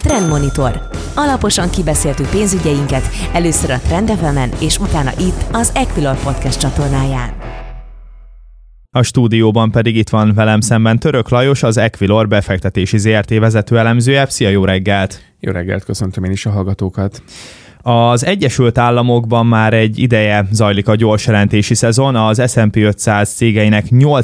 Trendmonitor. Alaposan kibeszéltük pénzügyeinket, először a Trend FM-en, és utána itt az Equilor Podcast csatornáján. A stúdióban pedig itt van velem szemben Török Lajos, az Equilor befektetési Zrt. Vezető elemzője. Szia, jó reggelt! Jó reggelt, köszöntöm én is a hallgatókat! Az Egyesült Államokban már egy ideje zajlik a gyors jelentési szezon, az S&P 500 cégeinek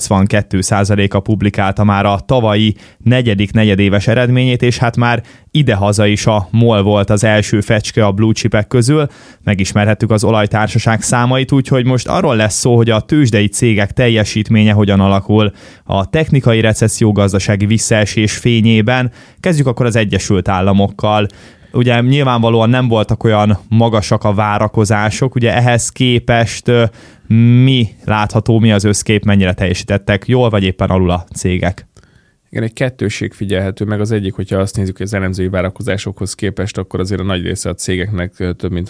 82%-a publikálta már a tavalyi negyedik negyedéves eredményét, és hát már idehaza is a MOL volt az első fecske a blue chipek közül, megismerhettük az olajtársaság számait, úgyhogy most arról lesz szó, hogy a tőzsdei cégek teljesítménye hogyan alakul a technikai recesszió, gazdasági visszaesés fényében. Kezdjük akkor az Egyesült Államokkal. Ugye nyilvánvalóan nem voltak olyan magasak a várakozások, ugye ehhez képest mi látható, mi az összkép, mennyire teljesítettek jól, vagy éppen alul a cégek? Igen, egy kettősség figyelhető meg. Az egyik, hogyha azt nézzük, hogy az elemzői várakozásokhoz képest, akkor azért a nagy része a cégeknek több mint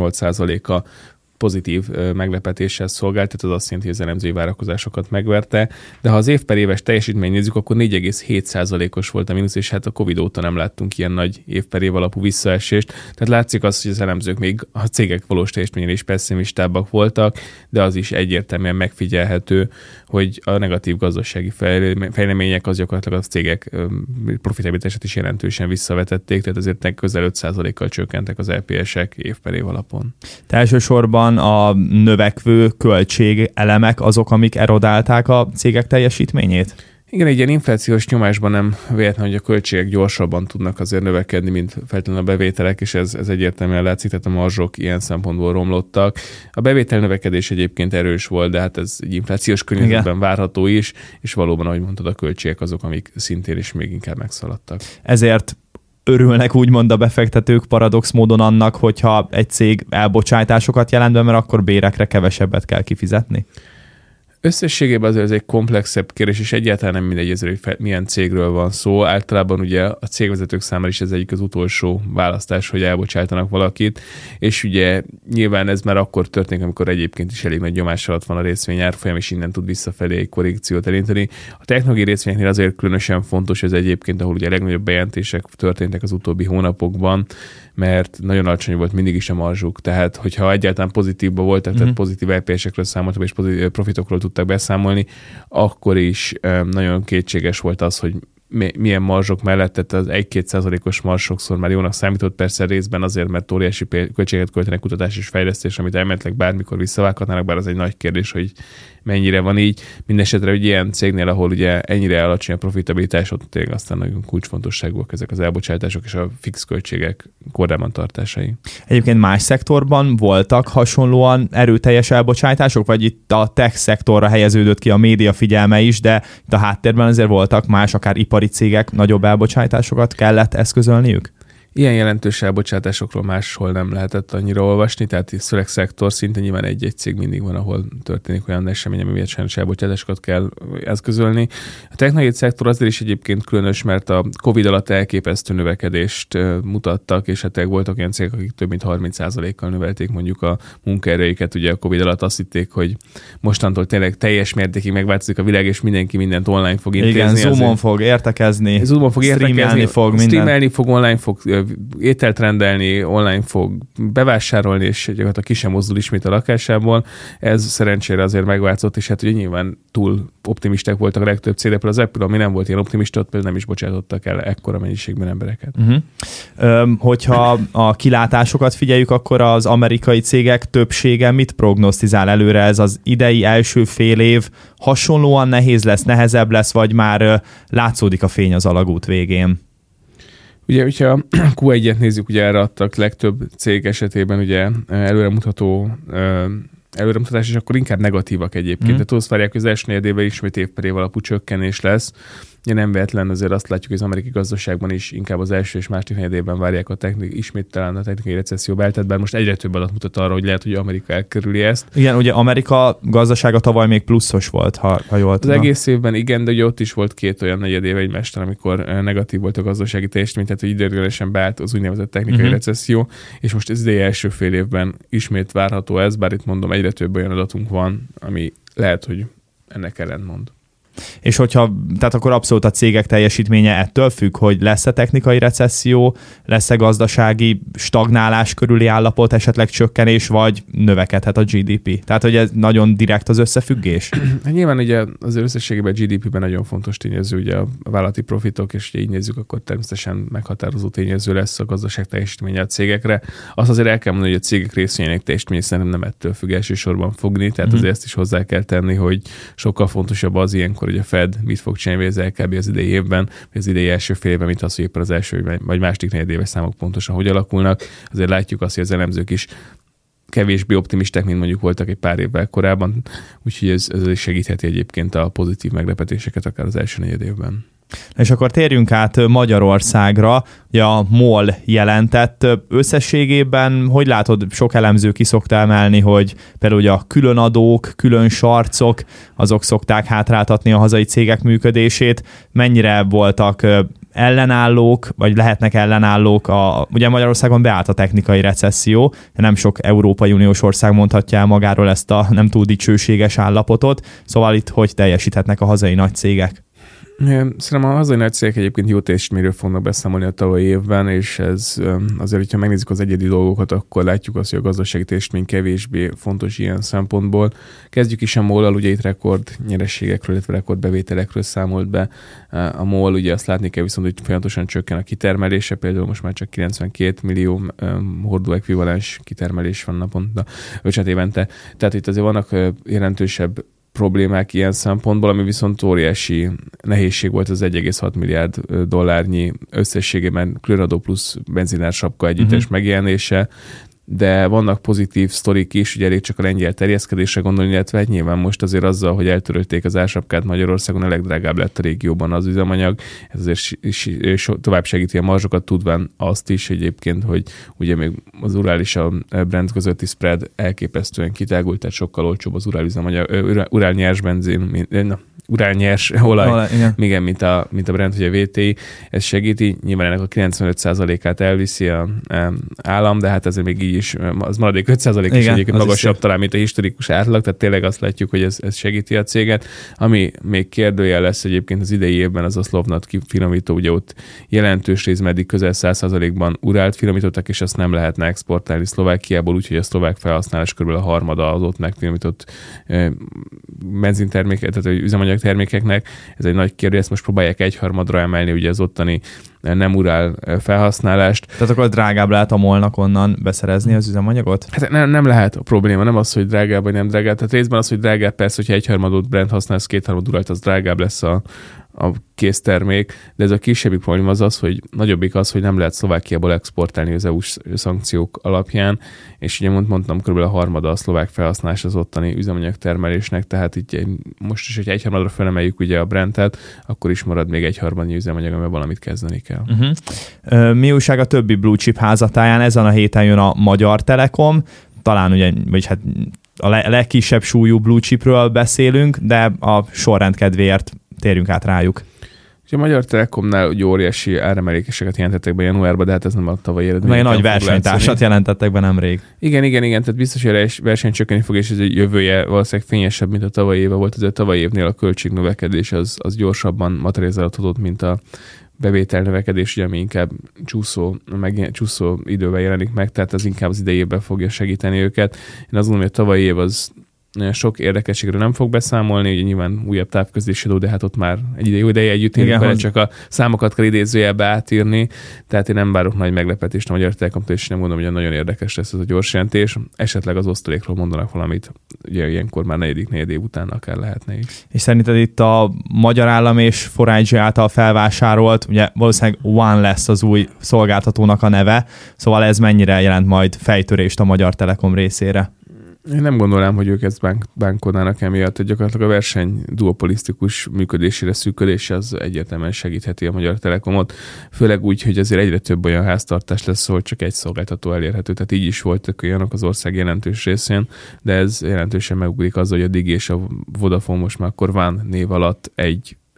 68%-a pozitív meglepetéssel szolgált, tehát az azt jelenti, hogy az elemzői várakozásokat megverte, de ha az év per éves teljesítményt nézzük, akkor 4,7%-os volt a mínusz, és hát a Covid óta nem láttunk ilyen nagy év per év alapú visszaesést. Tehát látszik az, hogy az elemzők még a cégek valós teljesítményén is pessimistábbak voltak, de az is egyértelműen megfigyelhető, hogy a negatív gazdasági fejlemények az gyakorlatilag a cégek profitabilitását is jelentősen visszavetették, tehát azért közel 5%-kal csökkentek az EPS-ek év per év alapon. Elsősorban a növekvő költségelemek azok, amik erodálták a cégek teljesítményét? Igen, egy ilyen inflációs nyomásban nem véletlen, hogy a költségek gyorsabban tudnak azért növekedni, mint feltétlenül a bevételek, és ez egyértelműen látszik, tehát a marzsok ilyen szempontból romlottak. A bevétel növekedés egyébként erős volt, de hát ez egy inflációs környezetben várható is, és valóban, ahogy mondtad, a költségek azok, amik szintén is még inkább megszaladtak. Ezért örülnek úgymond a befektetők paradox módon annak, hogyha egy cég elbocsátásokat jelent be, mert akkor bérekre kevesebbet kell kifizetni? Összességében azért ez egy komplexebb kérdés, és egyáltalán nem mindegy ezért, hogy milyen cégről van szó. Általában ugye a cégvezetők számára is ez egyik az utolsó választás, hogy elbocsájtanak valakit, és ugye nyilván ez már akkor történik, amikor egyébként is elég nagy nyomás alatt van a részvényárfolyam, és innen tud visszafelé egy korrekciót elindítani. A technológiai részvényeknél azért különösen fontos ez egyébként, ahol ugye a legnagyobb bejelentések történtek az utóbbi hónapokban, mert nagyon alacsony volt mindig is a marzsuk. Tehát, hogyha egyáltalán pozitívban voltak, tehát pozitív EPS-ekről számoltak, és pozitív profitokról tudtak beszámolni, akkor is nagyon kétséges volt az, hogy milyen marzsok mellett, tehát az 1-2%-os marzs sokszor már jónak számított, persze részben azért, mert óriási költséget költenek kutatás és fejlesztés, amit elméletileg bármikor visszavághatnának, bár az egy nagy kérdés, hogy mennyire van így. Mindenesetre, hogy ilyen cégnél, ahol ugye ennyire alacsony a profitabilitás, ott tényleg aztán nagyon kulcsfontosságúak ezek az elbocsátások és a fix költségek kordában tartásai. Egyébként más szektorban voltak hasonlóan erőteljes elbocsátások, vagy itt a tech szektorra helyeződött ki a média figyelme is, de itt a háttérben azért voltak más, akár ipari cégek, nagyobb elbocsátásokat kellett eszközölniük? Ilyen jelentős elbocsátásokról máshol nem lehetett annyira olvasni, tehát főleg szektor szinten nyilván egy-egy cég mindig van, ahol történik olyan esemény, ami miatt sajnos elbocsátásokat kell eszközölni. A technológiai szektor azért is egyébként különös, mert a Covid alatt elképesztő növekedést mutattak, és hát voltak olyan cégek, akik több mint 30%-kal növelték mondjuk a munkaerőiket. Ugye a Covid alatt azt hitték, hogy mostantól tényleg teljes mértékig megváltozik a világ, és mindenki mindent online fog intézni. Igen, Zoomon fog értekezni, streamelni fog, online fog ételt rendelni, online fog bevásárolni, és gyakorlatilag ki sem mozdul ismét a lakásából. Ez szerencsére azért megváltozott, és hát ugye nyilván túl optimisták voltak a legtöbb cég, de az Apple, ami nem volt ilyen optimista, ott például nem is bocsátottak el ekkora mennyiségben embereket. Hogyha a kilátásokat figyeljük, akkor az amerikai cégek többsége mit prognosztizál előre? Ez az idei első fél év hasonlóan nehéz lesz, nehezebb lesz, vagy már látszódik a fény az alagút végén? Ugye, hogyha Q1-et nézzük, ugye erre adtak legtöbb cég esetében ugye előremutatás, és akkor inkább negatívak egyébként. Tehát azt várják, hogy az első negyedében ismét év per év alapú csökkenés lesz. Ugye nem véletlen, azért azt látjuk, hogy az amerikai gazdaságban is inkább az első és második negyedében várják ismét talán a technikai recesszió beltet, bár most egyre több adat mutat arra, hogy lehet, hogy Amerika elkerüli ezt. Igen, ugye Amerika gazdasága tavaly még pluszos volt, ha jól tudom. Az egész évben igen, de ugye ott is volt két olyan negyedév egymástán, amikor negatív volt a gazdasági teljesítmény, tehát hogy időlegesen beállt az úgynevezett technikai recesszió, és most ez idei első fél évben ismét várható ez, bár itt mondom, egyre több olyan adatunk van, ami lehet, hogy ennek ellentmond. És tehát akkor abszolút a cégek teljesítménye ettől függ, hogy lesz-e technikai recesszió, lesz-e gazdasági stagnálás körüli állapot, esetleg csökkenés, vagy növekedhet a GDP. Tehát, hogy ez nagyon direkt az összefüggés. Nyilván ugye az összességében a GDP-ben nagyon fontos tényező ugye a vállalati profitok, és ugye így nézzük, akkor természetesen meghatározó tényező lesz a gazdaság teljesítménye a cégekre. Azt azért el kell mondani, hogy a cégek részvényének teljesítménye szerintem nem ettől függ elsősorban fogni, tehát azért ezt is hozzá kell tenni, hogy sokkal fontosabb az ilyenkor, hogy a Fed mit fog csinálni az LKB az idei évben, vagy az idei első fél évben, mint az, hogy éppen az első vagy második negyedéves számok pontosan hogy alakulnak. Azért látjuk azt, hogy az elemzők is kevésbé optimisták, mint mondjuk voltak egy pár évvel korábban, úgyhogy ez segítheti egyébként a pozitív meglepetéseket akár az első negyed évben. És akkor térjünk át Magyarországra. Ugye a MOL jelentett összességében, hogy látod, sok elemző ki szokta emelni, hogy például ugye a különadók, külön sarcok, azok szokták hátráltatni a hazai cégek működését. Mennyire voltak ellenállók, vagy lehetnek ellenállók? Ugye Magyarországon beállt a technikai recesszió, nem sok Európai Uniós ország mondhatja el magáról ezt a nem túl dicsőséges állapotot, szóval itt hogy teljesíthetnek a hazai nagy cégek? Szerintem a hazai nagy cégek egyébként jó teljesítményről fognak beszámolni a tavalyi évben, és ez azért, hogyha megnézzük az egyedi dolgokat, akkor látjuk azt, hogy a gazdasági teljesítmény kevésbé fontos ilyen szempontból. Kezdjük is a MOL-al, ugye itt rekord nyerességekről, illetve rekord bevételekről számolt be. A MOL, ugye azt látni kell viszont, hogy folyamatosan csökken a kitermelése, például most már csak 92 millió hordó ekvivalens kitermelés van naponta, évente. Tehát itt azért vannak jelentősebb problémák ilyen szempontból, ami viszont óriási nehézség volt az 1,6 milliárd dollárnyi összességében különadó plusz benzinársapka együttes megjelenése, de vannak pozitív sztorik is, ugye elég csak a lengyel terjeszkedésre gondolni, illetve nyilván most azért azzal, hogy eltörölték az ársapkát Magyarországon, a legdrágább lett a régióban az üzemanyag, ez azért tovább segíti a marzsokat, tudván azt is egyébként, hogy ugye még az Urál és a Brent közötti spread elképesztően kitágult, tehát sokkal olcsóbb az Urál nyers benzin, Urál nyers olaj, igen, mint a Brent, ugye a VTI, ez segíti, nyilván ennek a 95%-át elviszi a állam, de hát ezért még így is, az maradék 5% is egyébként magasabb talán, mint a historikus átlag, tehát tényleg azt látjuk, hogy ez segíti a céget. Ami még kérdőjel lesz egyébként az idei évben, az a Slovnaft finomító, ugye ott jelentős részben eddig közel 100%-ban Urált finomítottak, és azt nem lehetne exportálni Szlovákiából, úgyhogy a szlovák felhasználás kb. A harmada az ott megfinomított benzinterméket, tehát üzemanyag termékeknek. Ez egy nagy kérdés, ezt most próbálják egyharmadra emelni ugye az ottani nem Urál felhasználást. Tehát akkor drágább lehet a MOL-nak onnan beszerezni az üzemanyagot? Hát nem lehet a probléma, nem az, hogy drágább vagy nem drágább. Tehát részben az, hogy drágább, persze, hogyha egyharmadot Brent használsz, kétharmad Urált, az drágább lesz a késztermék, de ez a kisebbik probléma az, hogy nagyobbik az, hogy nem lehet Szlovákiából exportálni az EU-s szankciók alapján, és ugye mondtam, kb. A harmada a szlovák felhasználás az ottani üzemanyagtermelésnek, tehát így most is, hogyha egyharmadra felemeljük ugye a Brentet, akkor is marad még egyharmadnyi üzemanyag, amivel valamit kezdeni kell. Mi újság a többi blue chip házatáján? Ezen a héten jön a Magyar Telekom, talán ugye, vagy hát a legkisebb súlyú blue chipről beszélünk, de a sorrend kedvéért térjünk át rájuk. A Magyar Telekomnál ugye óriási áremeléseket jelentettek be januárban, de hát ez nem a tavalyi eredmény. Meg nagy versenytársat jelentettek be nemrég. Igen, tehát biztos, hogy a verseny csökkenni fog, és ez a jövője valószínűleg fényesebb, mint a tavalyi éve volt. A tavalyi évnél a költségnövekedés az gyorsabban materializálódott, mint a bevétel növekedés, ugye, ami inkább csúszó idővel jelenik meg, tehát az inkább az idei évben fogja segíteni őket. Én azt gondolom, hogy a tavalyi év az sok érdekességről nem fog beszámolni, ugye nyilván újabb távközlési adó, de hát ott már jó ideje együtt élünk vele, csak a számokat kell idézőjelbe átírni, tehát én nem várok nagy meglepetést a Magyar Telekomtól, és nem gondolom, hogy nagyon érdekes lesz ez a gyors jelentés. Esetleg az osztalékról mondanak valamit, ugye ilyenkor már negyed év után akár lehetne is. És szerinted itt a magyar állam és Forágyi által felvásárolt, ugye valószínűleg One lesz az új szolgáltatónak a neve, szóval ez mennyire jelent majd fejtörést a Magyar Telekom részére? Én nem gondolnám, hogy ők ezt bánkodnának emiatt, hogy gyakorlatilag a verseny duopolisztikus működésére szűködés az egyértelműen segítheti a Magyar Telekomot, főleg úgy, hogy azért egyre több olyan háztartás lesz, ahol csak egy szolgáltató elérhető, tehát így is voltak olyanok az ország jelentős részén, de ez jelentősen megugrik azzal, hogy a Digi és a Vodafone most már akkor One név alatt egy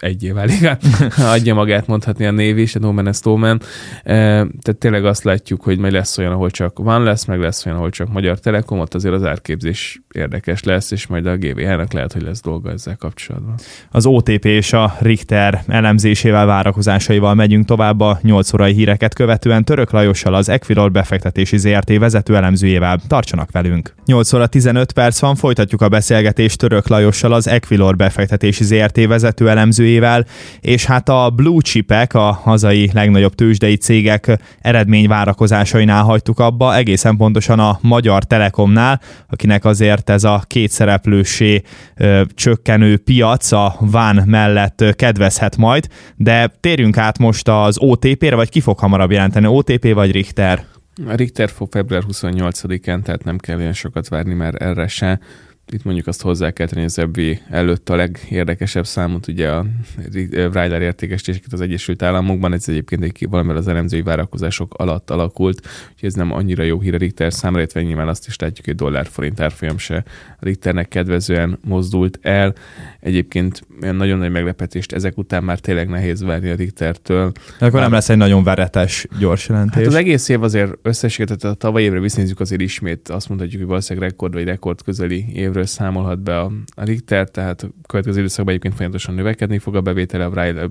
egyé válik. Adja magát mondhatni a név is, a No Man is No Man. Tehát tényleg azt látjuk, hogy majd lesz olyan, ahol csak van lesz, meg lesz olyan, ahol csak Magyar Telekom, ott azért az árképzés érdekes lesz, és majd a GVH-nak lehet, hogy lesz dolga ezzel kapcsolatban. Az OTP és a Richter elemzésével, várakozásaival megyünk tovább a 8 órai híreket követően Török Lajossal, az Equilor befektetési ZRT vezető elemzőjével. Tartsanak velünk! 8 óra 15 perc van, folytatjuk a beszélgetést Török Lajossal, az Equilor befektetési ZRT vezető elemzőjével, és hát a blue chipek, a hazai legnagyobb tőzsdei cégek eredményvárakozásainál hagytuk abba, egészen pontosan a Magyar Telekomnál, akinek azért ez a kétszereplőssé csökkenő piac a VAN mellett kedvezhet majd, de térjünk át most az OTP-re, vagy ki fog hamarabb jelenteni, OTP vagy Richter? A Richter fog február 28-án, tehát nem kell ilyen sokat várni már erre se. Itt mondjuk azt hozzá kell tenni, az EBB előtt a legérdekesebb számot, ugye a Ryder értékesítéseket az Egyesült Államokban, ez egyébként valamivel az elemzői várakozások alatt alakult, úgyhogy ez nem annyira jó hír a Richter számára, illetve nyilván azt is látjuk, hogy dollár-forint árfolyam se a Richternek kedvezően mozdult el. Egyébként olyan nagyon nagy meglepetést ezek után már tényleg nehéz várni a Richtertől. De akkor nem lesz egy nagyon veretes gyors jelentés. Hát az egész év azért összességet, tehát a tavalyi évre visszanézzük, azért ismét azt mondhatjuk, hogy valószínűleg rekord vagy rekord közeli évről számolhat be a Richter, tehát a következő időszakban egyébként folyamatosan növekedni fog a bevétele,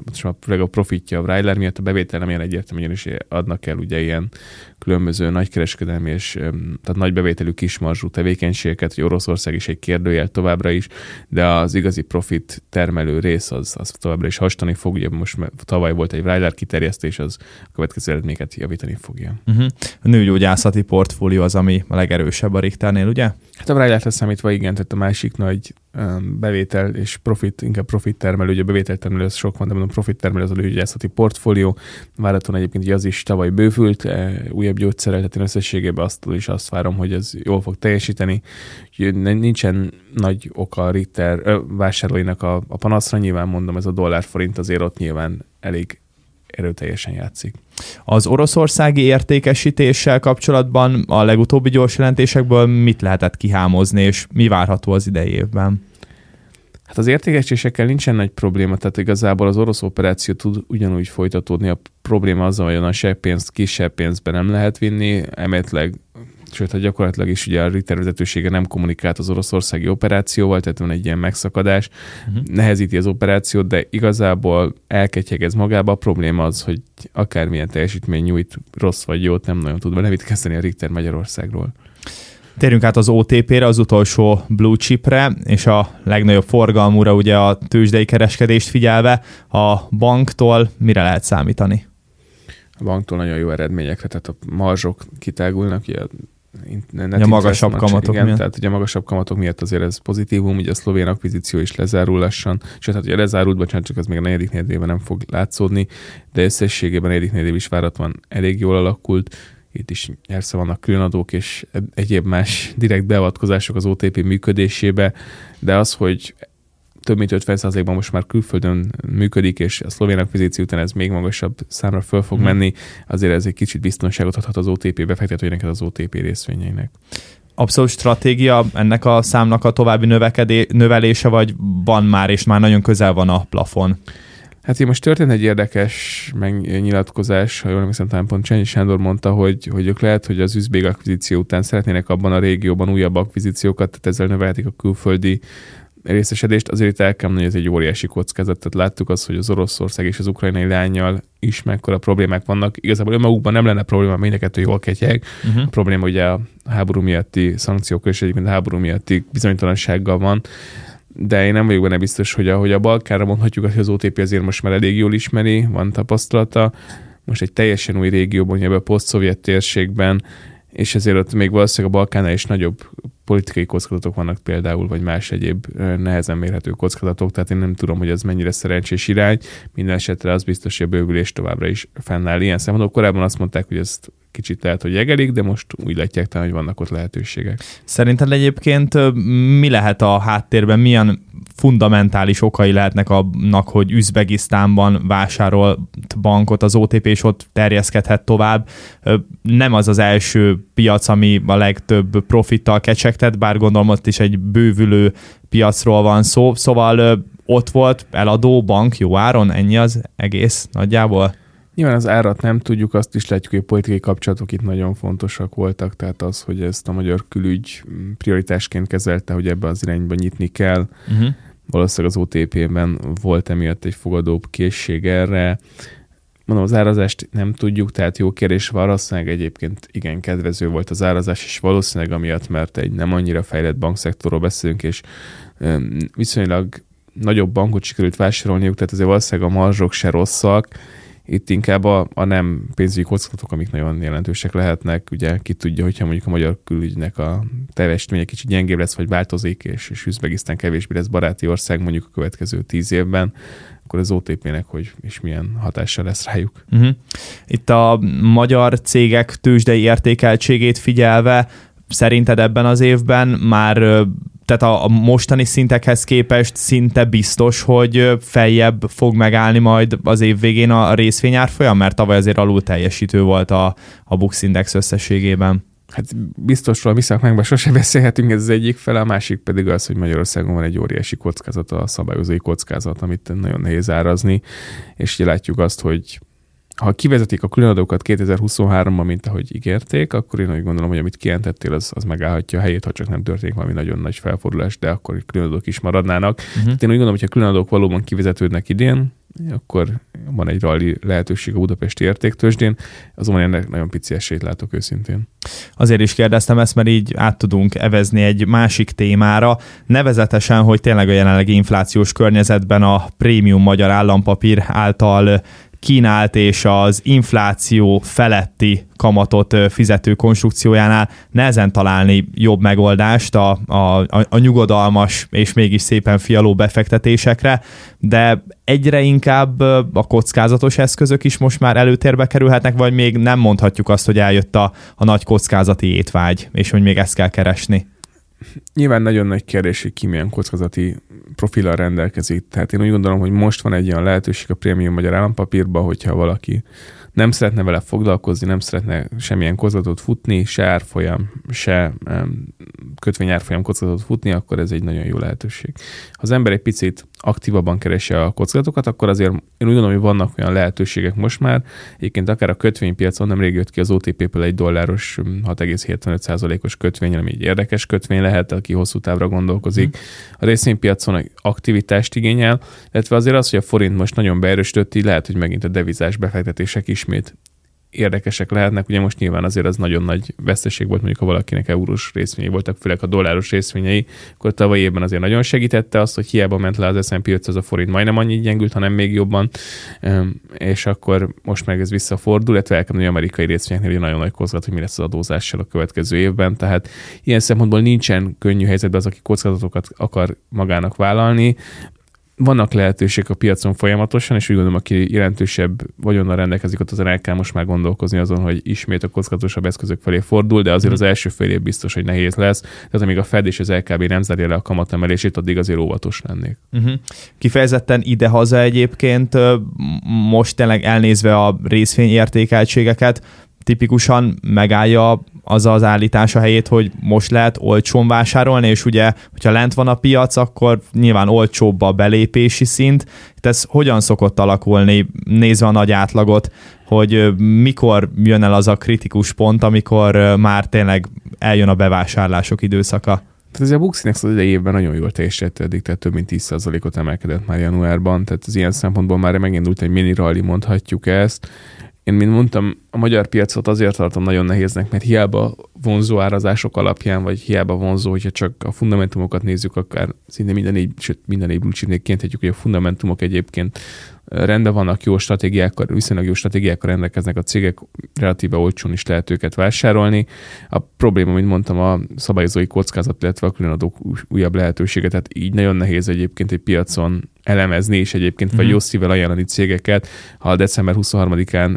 a profitja a Ryder miatt, a bevétel nem ilyen egyértelműen is adnak el ugye ilyen különböző nagykereskedelmi és tehát nagy bevételű kismarzsú tevékenységeket, hogy Oroszország is egy kérdőjel továbbra is, de az igazi profit termelő rész az továbbra is hastani fog, ugye most tavaly volt egy Ryder kiterjesztés, az a következő eredményeket javítani fogja. A nőgyógyászati portfólió az, ami a legerősebb a Richternél, ugye? Hát a Ryder-t számítva igen, tehát a másik nagy bevétel és profit, inkább profit termelő, ugye bevételtermelő az sok van, de mondom profit termelő az a nőgyógyászati portfólió. Várhatóan egyébként az is tavaly bővült, újabb gyógyszerrel, tehát én összességében azt várom, hogy ez jól fog teljesíteni. Nincsen nagy oka a Richter vásárlóinak a panaszra, nyilván mondom, ez a dollár-forint azért ott nyilván elég erőteljesen játszik. Az oroszországi értékesítéssel kapcsolatban a legutóbbi gyors jelentésekből mit lehetett kihámozni, és mi várható az idei évben? Hát az értékesítésekkel nincsen nagy probléma, tehát igazából az orosz operáció tud ugyanúgy folytatódni. A probléma az, hogy a segpénzt kisebb pénzben nem lehet vinni, emetleg, sőt, hát gyakorlatilag is ugye a Richter vezetősége nem kommunikált az oroszországi operációval, tehát van egy ilyen megszakadás, nehezíti az operációt, de igazából elketyegez magába. A probléma az, hogy akármilyen teljesítmény nyújt, rossz vagy jót, nem nagyon tud vele mit kezdeni a Richter Magyarországról. Térjünk át az OTP-re, az utolsó blue chipre, és a legnagyobb forgalmúra ugye a tőzsdei kereskedést figyelve, a banktól mire lehet számítani? A banktól nagyon jó eredményekre, tehát a marzsok kitágulnak, ugye a magasabb kamatok miatt. Tehát ugye a magasabb kamatok miatt azért ez pozitívum, ugye a szlovén akvizíció is lezárul lassan, sőt, hát ugye lezárult, bocsánat, csak az még a negyedik negyedében nem fog látszódni, de összességében a negyedik negyedév is várhatóan elég jól alakult. Itt is persze vannak különadók és egyéb más direkt beavatkozások az OTP működésébe, de az, hogy több mint 50%-ban most már külföldön működik, és a szlovén akvizíció után ez még magasabb számra föl fog menni, azért ez egy kicsit biztonságot adhat az OTP befektetőinek, az OTP részvényeinek. Abszolút stratégia ennek a számnak a további növelése, vagy van már, és már nagyon közel van a plafon? Hát így most történt egy érdekes megnyilatkozás, ha jól emlékszem, talán pont Csányi Sándor mondta, hogy ők lehet, hogy az üzbég akvizíció után szeretnének abban a régióban újabb akvizíciókat, tehát ezzel növelhetik a külföldi részesedést. Azért el kell mondani, hogy ez egy óriási kockázat. Tehát láttuk azt, hogy az Oroszország és az ukrajnai leánnyal is mekkora problémák vannak. Igazából önmagukban nem lenne probléma, mind a kettő jól ketyeg. A probléma ugye a háború miatti szankciókkal és egyébként a háború miatti bizonytalansággal van. De én nem vagyok benne biztos, hogy ahogy a Balkánra mondhatjuk, hogy az OTP azért most már elég jól ismeri, van tapasztalata. Most egy teljesen új régióban, ebben a poszt-szovjet térségben, és ezért ott még valószínűleg a Balkánnál is nagyobb politikai kockázatok vannak például, vagy más egyéb nehezen mérhető kockázatok, tehát én nem tudom, hogy ez mennyire szerencsés irány. Minden esetre az biztos, hogy a bővülés továbbra is fennáll. Ilyen szempontból korábban azt mondták, hogy ezt kicsit lehet, hogy jegelik, de most úgy látják talán, hogy vannak ott lehetőségek. Szerinted egyébként mi lehet a háttérben, milyen fundamentális okai lehetnek annak, hogy Üzbegisztánban vásárolt bankot az OTP, és ott terjeszkedhet tovább? Nem az az első piac, ami a legtöbb profittal kecsegtet, bár gondolom ott is egy bővülő piacról van szó. Szóval ott volt eladó bank jó áron, ennyi az egész nagyjából? Nyilván az árat nem tudjuk, azt is látjuk, hogy a politikai kapcsolatok itt nagyon fontosak voltak, tehát az, hogy ezt a magyar külügy prioritásként kezelte, hogy ebben az irányba nyitni kell. Valószínűleg az OTP-ben volt emiatt egy fogadóbb készség erre. Mondom, az árazást nem tudjuk, tehát jó kérdés, valószínűleg egyébként igen kedvező volt az árazás, és valószínűleg amiatt, mert egy nem annyira fejlett bankszektorról beszélünk, és viszonylag nagyobb bankot sikerült vásárolniuk, tehát azért valószínűleg a marzsok se rosszak. Itt inkább a nem pénzügyi kockázatok, amik nagyon jelentősek lehetnek. Ugye ki tudja, hogyha mondjuk a magyar külügynek a teljesítménye kicsit gyengébb lesz, vagy változik, és Üzbegisztán kevésbé lesz baráti ország mondjuk a következő 10 évben, akkor az OTP-nek hogy és milyen hatással lesz rájuk. Itt a magyar cégek tőzsdei értékeltségét figyelve, szerinted ebben az évben már tehát a mostani szintekhez képest szinte biztos, hogy feljebb fog megállni majd az év végén a részvényárfolyam, mert tavaly azért alul teljesítő volt a Bux Index összességében. Hát biztosról viszont sose beszélhetünk, ez az egyik fele, a másik pedig az, hogy Magyarországon van egy óriási kockázat, a szabályozói kockázat, amit nagyon nehéz árazni, és ugye látjuk azt, hogy ha kivezetik a különadókat 2023-ban, mint ahogy ígérték, akkor én úgy gondolom, hogy amit kijelentettél, az megállhatja a helyét, ha csak nem történik valami nagyon nagy felfordulás, de akkor különadók is maradnának. Tehát én úgy gondolom, hogy ha különadók valóban kivezetődnek idén, akkor van egy rally lehetőség a budapesti értéktőzsdén, azonban ennek nagyon pici esélyt látok őszintén. Azért is kérdeztem ezt, mert így át tudunk evezni egy másik témára, nevezetesen, hogy tényleg a jelenlegi inflációs környezetben a prémium magyar állampapír által kínált és az infláció feletti kamatot fizető konstrukciójánál nehezen találni jobb megoldást a nyugodalmas és mégis szépen fialó befektetésekre, de egyre inkább a kockázatos eszközök is most már előtérbe kerülhetnek, vagy még nem mondhatjuk azt, hogy eljött a nagy kockázati étvágy, és hogy még ezt kell keresni? Nyilván nagyon nagy kérdés, hogy ki milyen kockázati profillal rendelkezik. Tehát én úgy gondolom, hogy most van egy olyan lehetőség a prémium magyar állampapírban, hogyha valaki nem szeretne vele foglalkozni, nem szeretne semmilyen kockázatot futni, se árfolyam, se kötvényárfolyam kockázatot futni, akkor ez egy nagyon jó lehetőség. Ha az ember egy picit aktívabban keresi a kockázatokat, akkor azért én úgy gondolom, hogy vannak olyan lehetőségek most már. Egyébként akár a kötvénypiacon nemrég jött ki az OTP-ből egy dolláros 6,75%-os kötvény, ami egy érdekes kötvény lehet, aki hosszú távra gondolkozik. A részvénypiacon aktivitást igényel, illetve azért az, hogy a forint most nagyon beerősödött, így lehet, hogy megint a devizás befektetések ismét érdekesek lehetnek. Ugye most nyilván azért az nagyon nagy veszteség volt, mondjuk ha valakinek eurós részvényei voltak, főleg a dolláros részvényei, akkor tavaly évben azért nagyon segítette azt, hogy hiába ment le az S&P 500, a forint majdnem annyit gyengült, hanem még jobban, és akkor most meg ez visszafordul, illetve el kell mondani, amerikai részvényeknél nagyon nagy kockázat, hogy mi lesz az adózással a következő évben, tehát ilyen szempontból nincsen könnyű helyzetben az, aki kockázatokat akar magának vállalni. Vannak lehetőségek a piacon folyamatosan, és úgy gondolom, aki jelentősebb vagyonnal rendelkezik, ott azért el kell most már gondolkozni azon, hogy ismét a kockázatosabb eszközök felé fordul, de azért az első fél év biztos, hogy nehéz lesz. Tehát amíg a Fed és az LKB nem zárja le a kamatemelését, addig azért óvatos lennék. Kifejezetten idehaza egyébként, most tényleg elnézve a részvényértékeltségeket, tipikusan megállja az az állítás a helyét, hogy most lehet olcsón vásárolni, és ugye, hogyha lent van a piac, akkor nyilván olcsóbb a belépési szint. Ez hogyan szokott alakulni, nézve a nagy átlagot, hogy mikor jön el az a kritikus pont, amikor már tényleg eljön a bevásárlások időszaka? Tehát ez a Bux Index az idejében nagyon jól teljesített eddig, tehát több mint 10%-ot emelkedett már januárban, tehát az ilyen szempontból már megindult egy mini rally, mondhatjuk ezt. Én, mint mondtam, a magyar piacot azért tartom nagyon nehéznek, mert hiába vonzó árazások alapján, vagy hiába vonzó, hogyha csak a fundamentumokat nézzük, akár szinte minden blue chipnél kinthetjük, hogy a fundamentumok egyébként rendben vannak, jó stratégiákkal, viszonylag jó stratégiákkal rendelkeznek a cégek, relatíve olcsón is lehet őket vásárolni. A probléma, mint mondtam, a szabályozói kockázat, illetve a különadók újabb lehetősége, tehát így nagyon nehéz egyébként egy piacon elemezni, és egyébként vagy jó szívvel ajánlani cégeket, ha december 23-án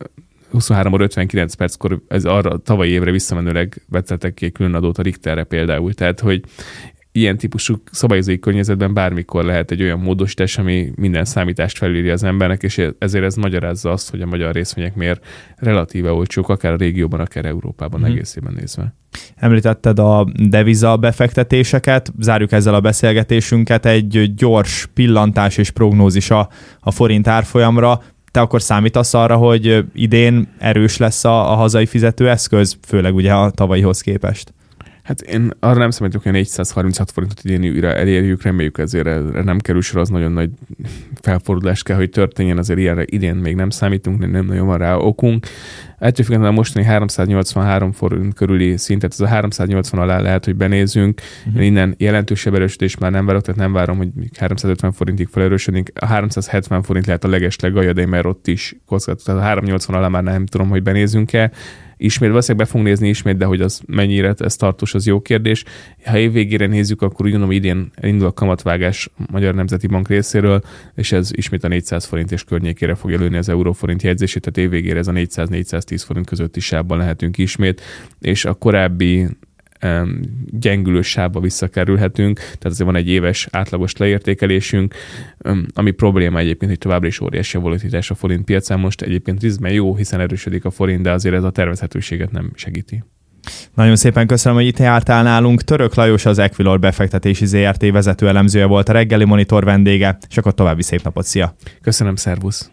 23:59 ez arra tavalyi évre visszamenőleg vetettek ki egy különadót a Richterre például. Tehát, hogy ilyen típusú szabályozói környezetben bármikor lehet egy olyan módosítás, ami minden számítást felírja az embernek, és ezért ez magyarázza azt, hogy a magyar részvények miért relatíve olcsók, akár a régióban, akár Európában egészében nézve. Említetted a deviza befektetéseket, zárjuk ezzel a beszélgetésünket, egy gyors pillantás és prognózis a forint árfolyamra. Te akkor számítasz arra, hogy idén erős lesz a hazai fizetőeszköz, főleg ugye a tavalyihoz képest? Hát én arra nem számítok, hogy 436 forintot idén újra elérjük, reméljük ezért erre nem kerül sor, az nagyon nagy felfordulás kell, hogy történjen, azért ilyenre idén még nem számítunk, nem nagyon van rá okunk. Ettől függetlenül a mostani 383 forint körüli szintet, ez a 380 alá lehet, hogy benézzünk. Én innen jelentősebb erősödés már nem várok, tehát nem várom, hogy 350 forintig felerősödünk. A 370 forint lehet a legeslegalja, mert ott is kockázat. Tehát a 380 alá már nem tudom, hogy benézzünk-e. Ismét valószínűleg be fogunk nézni ismét, de hogy az mennyire ez tartós, az jó kérdés. Ha évvégére nézzük, akkor úgy gondolom, idén indul a kamatvágás Magyar Nemzeti Bank részéről, és ez ismét a 400 forint és környékére fogja lőni az euróforint jegyzését, tehát évvégére ez a 400-410 forint közötti sávban lehetünk ismét, és a korábbi gyengülő sávba visszakerülhetünk, tehát azért van egy éves átlagos leértékelésünk, ami probléma egyébként, hogy továbbra is óriási a volatilitás a forint piacán. Most egyébként részben jó, hiszen erősödik a forint, de azért ez a tervezhetőséget nem segíti. Nagyon szépen köszönöm, hogy itt jártál nálunk. Török Lajos, az Equilor befektetési ZRT vezető elemzője volt, a reggeli monitor vendége, és akkor további szép napot, szia! Köszönöm, szervusz!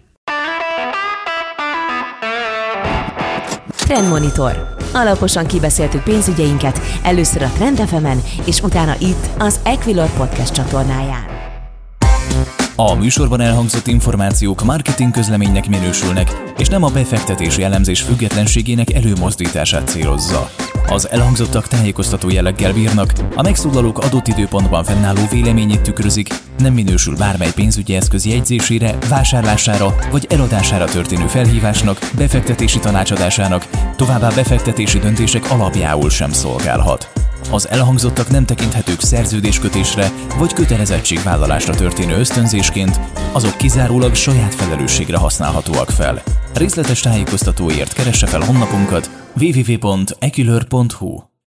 Trendmonitor. Alaposan kibeszéltük pénzügyeinket, először a Trend FM-en, és utána itt az Equilor Podcast csatornáján. A műsorban elhangzott információk marketing közleménynek minősülnek, és nem a befektetési elemzés függetlenségének előmozdítását célozza. Az elhangzottak tájékoztató jelleggel bírnak, a megszólalók adott időpontban fennálló véleményét tükrözik, nem minősül bármely pénzügyi eszköz jegyzésére, vásárlására vagy eladására történő felhívásnak, befektetési tanácsadásának, továbbá befektetési döntések alapjául sem szolgálhat. Az elhangzottak nem tekinthetők szerződéskötésre vagy kötelezettségvállalásra történő ösztönzésként, azok kizárólag saját felelősségre használhatóak fel. Részletes tájékoztatóért keresse fel honlapunkat www.equilor.hu.